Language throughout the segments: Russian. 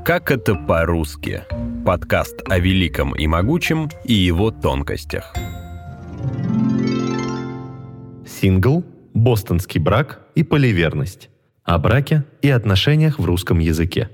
Как это по-русски? Подкаст о великом и могучем и его тонкостях. Сингл, бостонский брак и поливерность. О браке и отношениях в русском языке.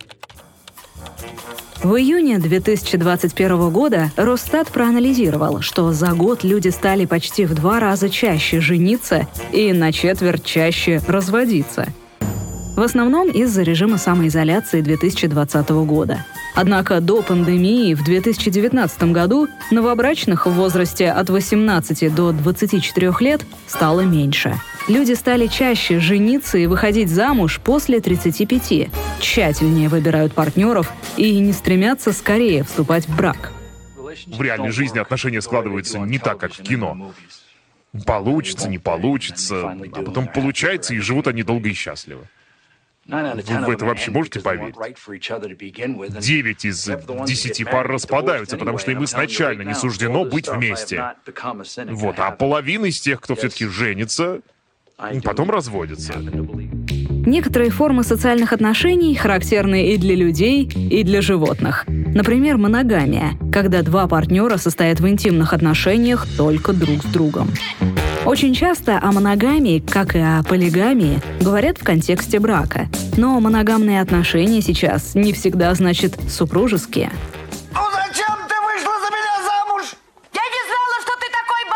В июне 2021 года Росстат проанализировал, что за год люди стали почти в 2 раза чаще жениться и на четверть чаще разводиться. В основном из-за режима самоизоляции 2020 года. Однако до пандемии в 2019 году новобрачных в возрасте от 18 до 24 лет стало меньше. Люди стали чаще жениться и выходить замуж после 35, тщательнее выбирают партнеров и не стремятся скорее вступать в брак. В реальной жизни отношения складываются не так, как в кино. Получится, не получится, а потом получается, и живут они долго и счастливо. Вы в это вообще можете поверить? 9 из 10 пар распадаются, потому что им изначально не суждено быть вместе. А половина из тех, кто все-таки женится, потом разводятся. Некоторые формы социальных отношений характерны и для людей, и для животных. Например, моногамия, когда 2 партнера состоят в интимных отношениях только друг с другом. Очень часто о моногамии, как и о полигамии, говорят в контексте брака. Но моногамные отношения сейчас не всегда значат супружеские. Ну зачем ты вышла за меня замуж? Я не знала, что ты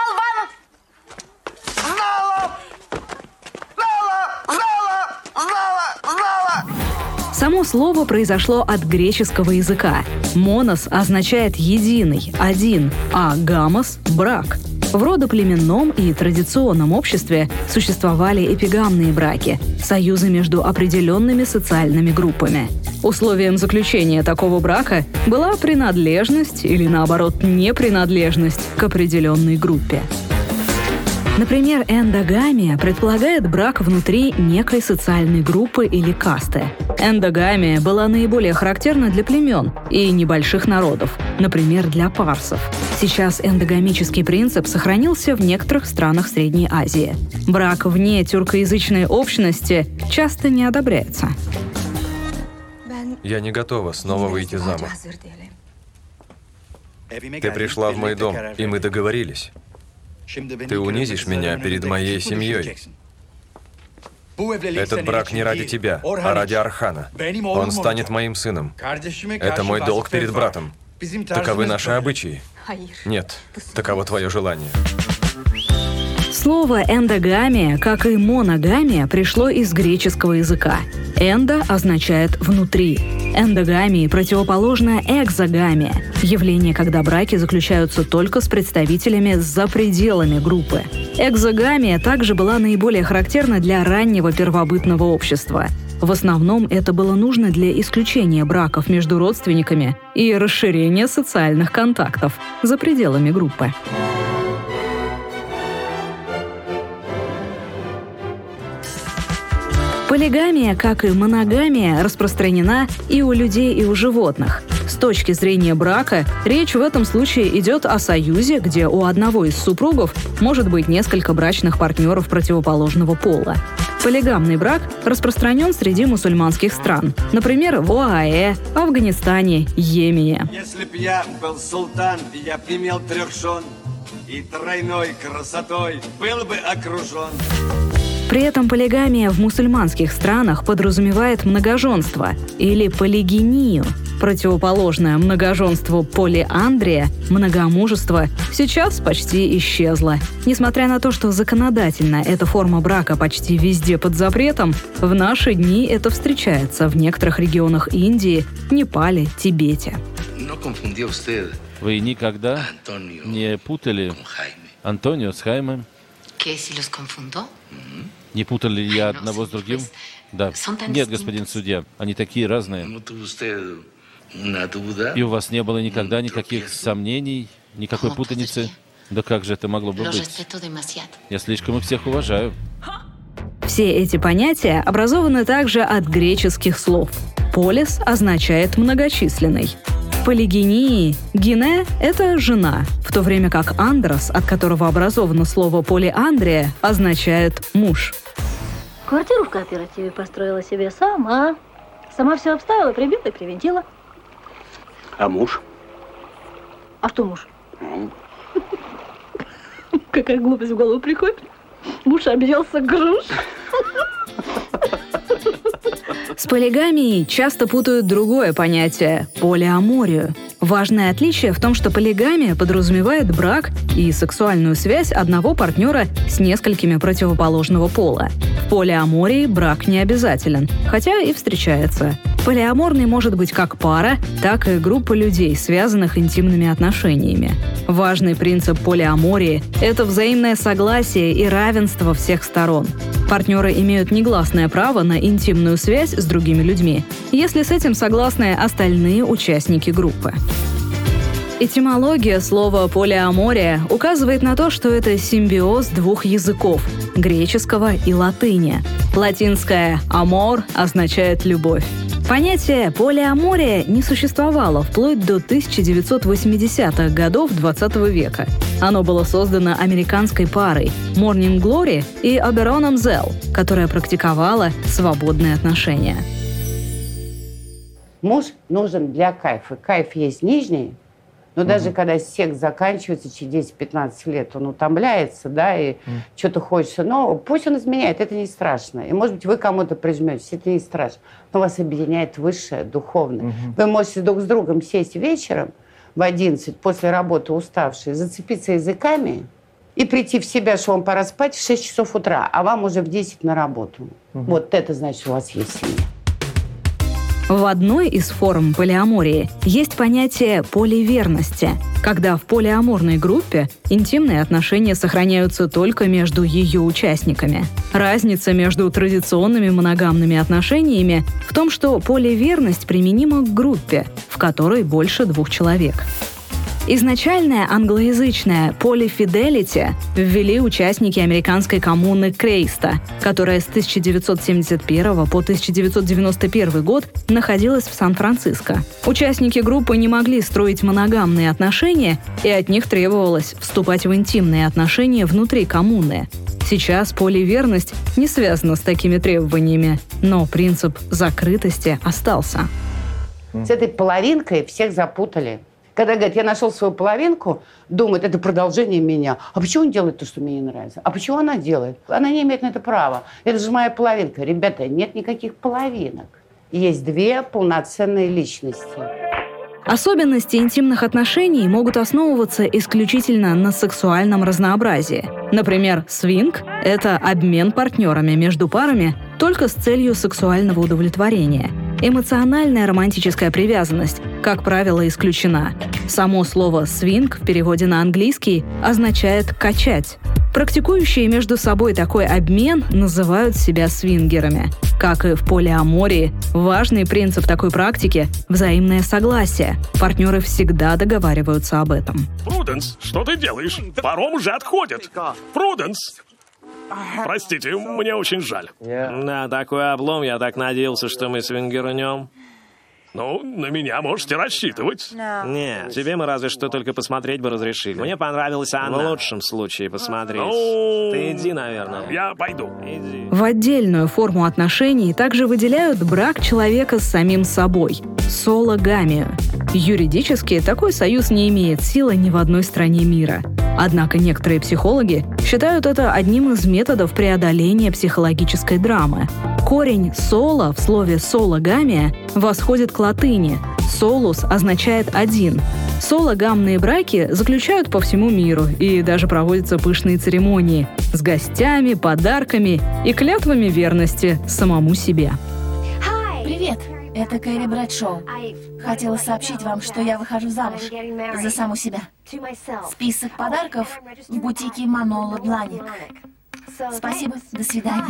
такой болван! Знала! Само слово произошло от греческого языка. «Монос» означает «единый», «один», а «гамос» — «брак». В родоплеменном и традиционном обществе существовали эпигамные браки – союзы между определенными социальными группами. Условием заключения такого брака была принадлежность или, наоборот, непринадлежность к определенной группе. Например, эндогамия предполагает брак внутри некой социальной группы или касты. Эндогамия была наиболее характерна для племен и небольших народов, например, для парсов. Сейчас эндогамический принцип сохранился в некоторых странах Средней Азии. Брак вне тюркоязычной общности часто не одобряется. Я не готова снова выйти замуж. Ты пришла в мой дом, и мы договорились. Ты унизишь меня перед моей семьей. Этот брак не ради тебя, а ради Архана. Он станет моим сыном. Это мой долг перед братом. Таковы наши обычаи. Нет, таково твое желание. Слово «эндогамия», как и «моногамия», пришло из греческого языка. «Эндо» означает «внутри». Эндогамии противоположна экзогамия – явление, когда браки заключаются только с представителями за пределами группы. Экзогамия также была наиболее характерна для раннего первобытного общества. В основном это было нужно для исключения браков между родственниками и расширения социальных контактов за пределами группы. Полигамия, как и моногамия, распространена и у людей, и у животных. С точки зрения брака, речь в этом случае идет о союзе, где у одного из супругов может быть несколько брачных партнеров противоположного пола. Полигамный брак распространен среди мусульманских стран, например, в ОАЭ, Афганистане, Йемене. Если б я был султан, я б имел 3 жен и тройной красотой был бы окружен. При этом полигамия в мусульманских странах подразумевает многоженство или полигинию. Противоположное многоженству полиандрия, многомужество, сейчас почти исчезло. Несмотря на то, что законодательно эта форма брака почти везде под запретом, в наши дни это встречается в некоторых регионах Индии, Непале, Тибете. Вы никогда не путали Антонио с Хаймом? Не путали ли я одного с другим? Да. Нет, господин судья, они такие разные. И у вас не было никогда никаких сомнений, никакой путаницы? Да как же это могло бы быть? Я слишком их всех уважаю. Все эти понятия образованы также от греческих слов. «Полис» означает «многочисленный». В полигинии «гине» — это «жена», в то время как «андрос», от которого образовано слово «полиандрия», означает «муж». Квартиру в кооперативе построила себе сама. Сама все обставила, прибила и привинтила. А муж? А что муж? Какая глупость в голову приходит. Муж объелся груш. С полигамией часто путают другое понятие – полиаморию. Важное отличие в том, что полигамия подразумевает брак и сексуальную связь одного партнера с несколькими противоположного пола. В полиамории брак не обязателен, хотя и встречается. Полиаморный может быть как пара, так и группа людей, связанных интимными отношениями. Важный принцип полиамории – это взаимное согласие и равенство всех сторон. Партнеры имеют негласное право на интимную связь с другими людьми, если с этим согласны остальные участники группы. Этимология слова «полиамория» указывает на то, что это симбиоз двух языков – греческого и латыни. Латинское «amor» означает «любовь». Понятие «полиамория» не существовало вплоть до 1980-х годов XX века. Оно было создано американской парой Morning Glory и Oberon Zell, которая практиковала свободные отношения. Муж нужен для кайфа. Кайф есть нижний, но даже когда секс заканчивается через 10-15 лет, он утомляется, да, и что-то хочется. Но пусть он изменяет, это не страшно. И, может быть, вы кому-то прижметесь, это не страшно. Но вас объединяет высшее, духовное. Вы можете друг с другом сесть вечером в 11 после работы уставшие, зацепиться языками и прийти в себя, что вам пора спать в 6 часов утра, а вам уже в 10 на работу. Вот это значит, у вас есть семья. В одной из форм полиамории есть понятие поливерности, когда в полиаморной группе интимные отношения сохраняются только между ее участниками. Разница между традиционными моногамными отношениями в том, что поливерность применима к группе, в которой больше 2 человек. Изначальное англоязычное «polyfidelity» ввели участники американской коммуны Крейста, которая с 1971 по 1991 год находилась в Сан-Франциско. Участники группы не могли строить моногамные отношения, и от них требовалось вступать в интимные отношения внутри коммуны. Сейчас поливерность не связана с такими требованиями, но принцип закрытости остался. С этой половинкой всех запутали. Когда говорят, я нашел свою половинку, думают, это продолжение меня. А почему он делает то, что мне не нравится? А почему она делает? Она не имеет на это права. Это же моя половинка. Ребята, нет никаких половинок. Есть 2 полноценные личности. Особенности интимных отношений могут основываться исключительно на сексуальном разнообразии. Например, свинг – это обмен партнерами между парами только с целью сексуального удовлетворения. Эмоциональная романтическая привязанность, как правило, исключена. Само слово «свинг» в переводе на английский означает «качать». Практикующие между собой такой обмен называют себя свингерами. Как и в полиамории, важный принцип такой практики – взаимное согласие. Партнеры всегда договариваются об этом. Пруденс, что ты делаешь? Паром уже отходит. Пруденс! Простите, мне очень жаль. На такой облом я так надеялся, что мы свингернем. Ну, на меня можете рассчитывать. Нет, тебе мы разве что только посмотреть бы разрешили. Мне понравилась она. В лучшем случае посмотреть. Ну, ты иди, наверное. Я пойду. Иди. В отдельную форму отношений также выделяют брак человека с самим собой – сологамию. Юридически такой союз не имеет силы ни в одной стране мира. Однако некоторые психологи считают это одним из методов преодоления психологической драмы. Корень «соло» в слове «сологамия» восходит к латыни. «Солус» означает «один». Сологамные браки заключают по всему миру, и даже проводятся пышные церемонии с гостями, подарками и клятвами верности самому себе. Привет, это Кэрри Брэдшоу. Хотела сообщить вам, что я выхожу замуж за саму себя. Список подарков в бутике Манола Бланик. Спасибо, до свидания.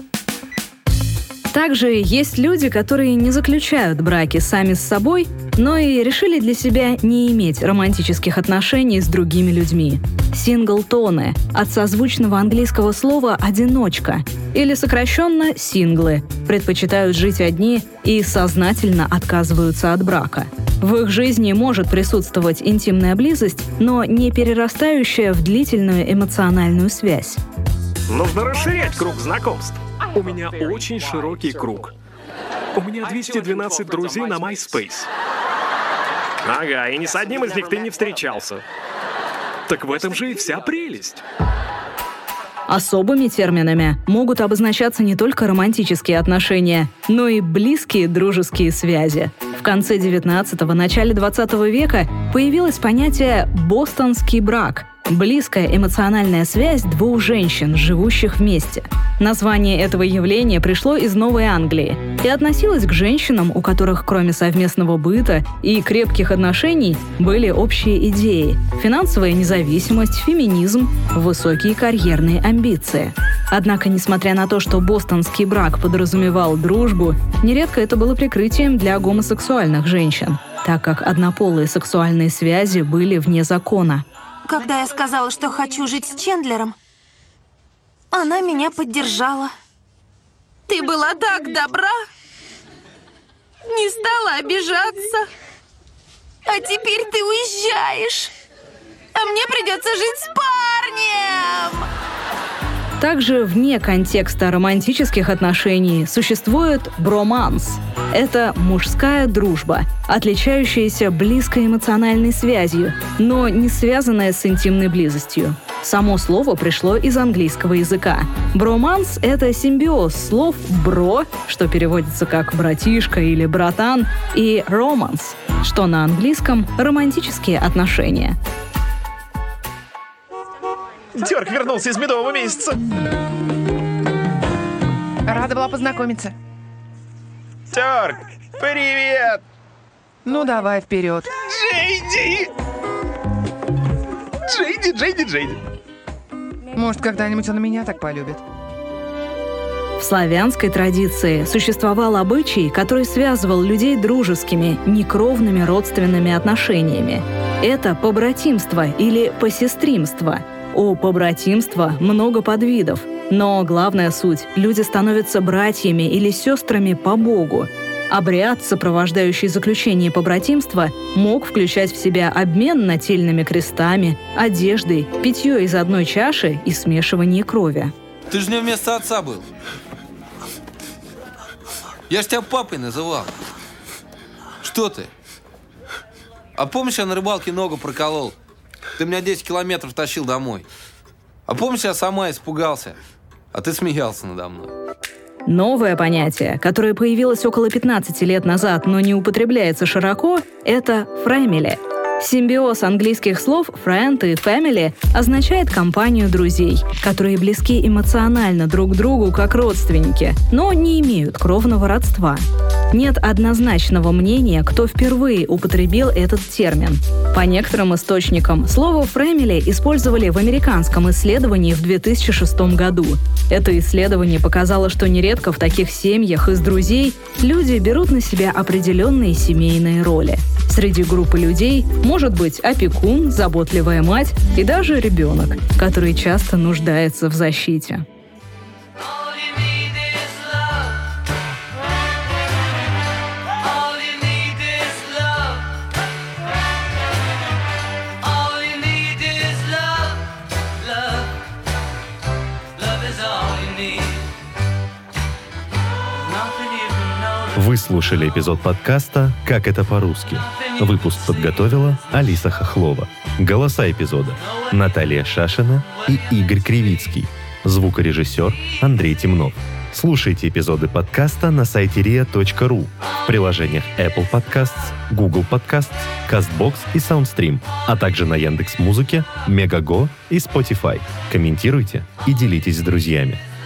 Также есть люди, которые не заключают браки сами с собой, но и решили для себя не иметь романтических отношений с другими людьми. Синглтоны от созвучного английского слова «одиночка» или сокращенно «синглы» предпочитают жить одни и сознательно отказываются от брака. В их жизни может присутствовать интимная близость, но не перерастающая в длительную эмоциональную связь. Нужно расширять круг знакомств. У меня очень широкий круг. У меня 212 друзей на MySpace. Ага, и ни с одним из них ты не встречался. Так в этом же и вся прелесть. Особыми терминами могут обозначаться не только романтические отношения, но и близкие дружеские связи. В конце 19-го, начале 20 века появилось понятие «бостонский брак» – близкая эмоциональная связь двух женщин, живущих вместе. Название этого явления пришло из Новой Англии и относилось к женщинам, у которых кроме совместного быта и крепких отношений были общие идеи – финансовая независимость, феминизм, высокие карьерные амбиции. Однако, несмотря на то, что бостонский брак подразумевал дружбу, нередко это было прикрытием для гомосексуальных женщин, так как однополые сексуальные связи были вне закона. Когда я сказала, что хочу жить с Чендлером, она меня поддержала. Ты была так добра, не стала обижаться. А теперь ты уезжаешь, а мне придется жить с парнем. Также вне контекста романтических отношений существует броманс. Это мужская дружба, отличающаяся близкой эмоциональной связью, но не связанная с интимной близостью. Само слово пришло из английского языка. Броманс — это симбиоз слов «бро», что переводится как «братишка» или «братан», и «романс», что на английском «романтические отношения». Терк вернулся из медового месяца. Рада была познакомиться. Терк, привет! Ну, давай вперед. Джейди. Может, когда-нибудь он и меня так полюбит. В славянской традиции существовал обычай, который связывал людей дружескими, некровными родственными отношениями. Это побратимство или посестримство. У побратимства много подвидов, но главная суть – люди становятся братьями или сестрами по Богу. Обряд, сопровождающий заключение побратимства, мог включать в себя обмен нательными крестами, одеждой, питье из одной чаши и смешивание крови. Ты же не вместо отца был. Я ж тебя папой называл. Что ты? А помнишь, я на рыбалке ногу проколол? Ты меня 10 километров тащил домой. А помнишь, я сама испугался, а ты смеялся надо мной. Новое понятие, которое появилось около 15 лет назад, но не употребляется широко, это «фрэмили». Симбиоз английских слов «friend» и «family» означает компанию друзей, которые близки эмоционально друг к другу как родственники, но не имеют кровного родства. Нет однозначного мнения, кто впервые употребил этот термин. По некоторым источникам, слово «family» использовали в американском исследовании в 2006 году. Это исследование показало, что нередко в таких семьях из друзей люди берут на себя определенные семейные роли. Среди группы людей может быть опекун, заботливая мать и даже ребенок, который часто нуждается в защите. Вы слушали эпизод подкаста «Как это по-русски». Выпуск подготовила Алиса Хохлова. Голоса эпизода – Наталья Шашина и Игорь Кривицкий. Звукорежиссер Андрей Темнов. Слушайте эпизоды подкаста на сайте ria.ru, в приложениях Apple Podcasts, Google Podcasts, CastBox и SoundStream, а также на Яндекс.Музыке, Мегаго и Spotify. Комментируйте и делитесь с друзьями.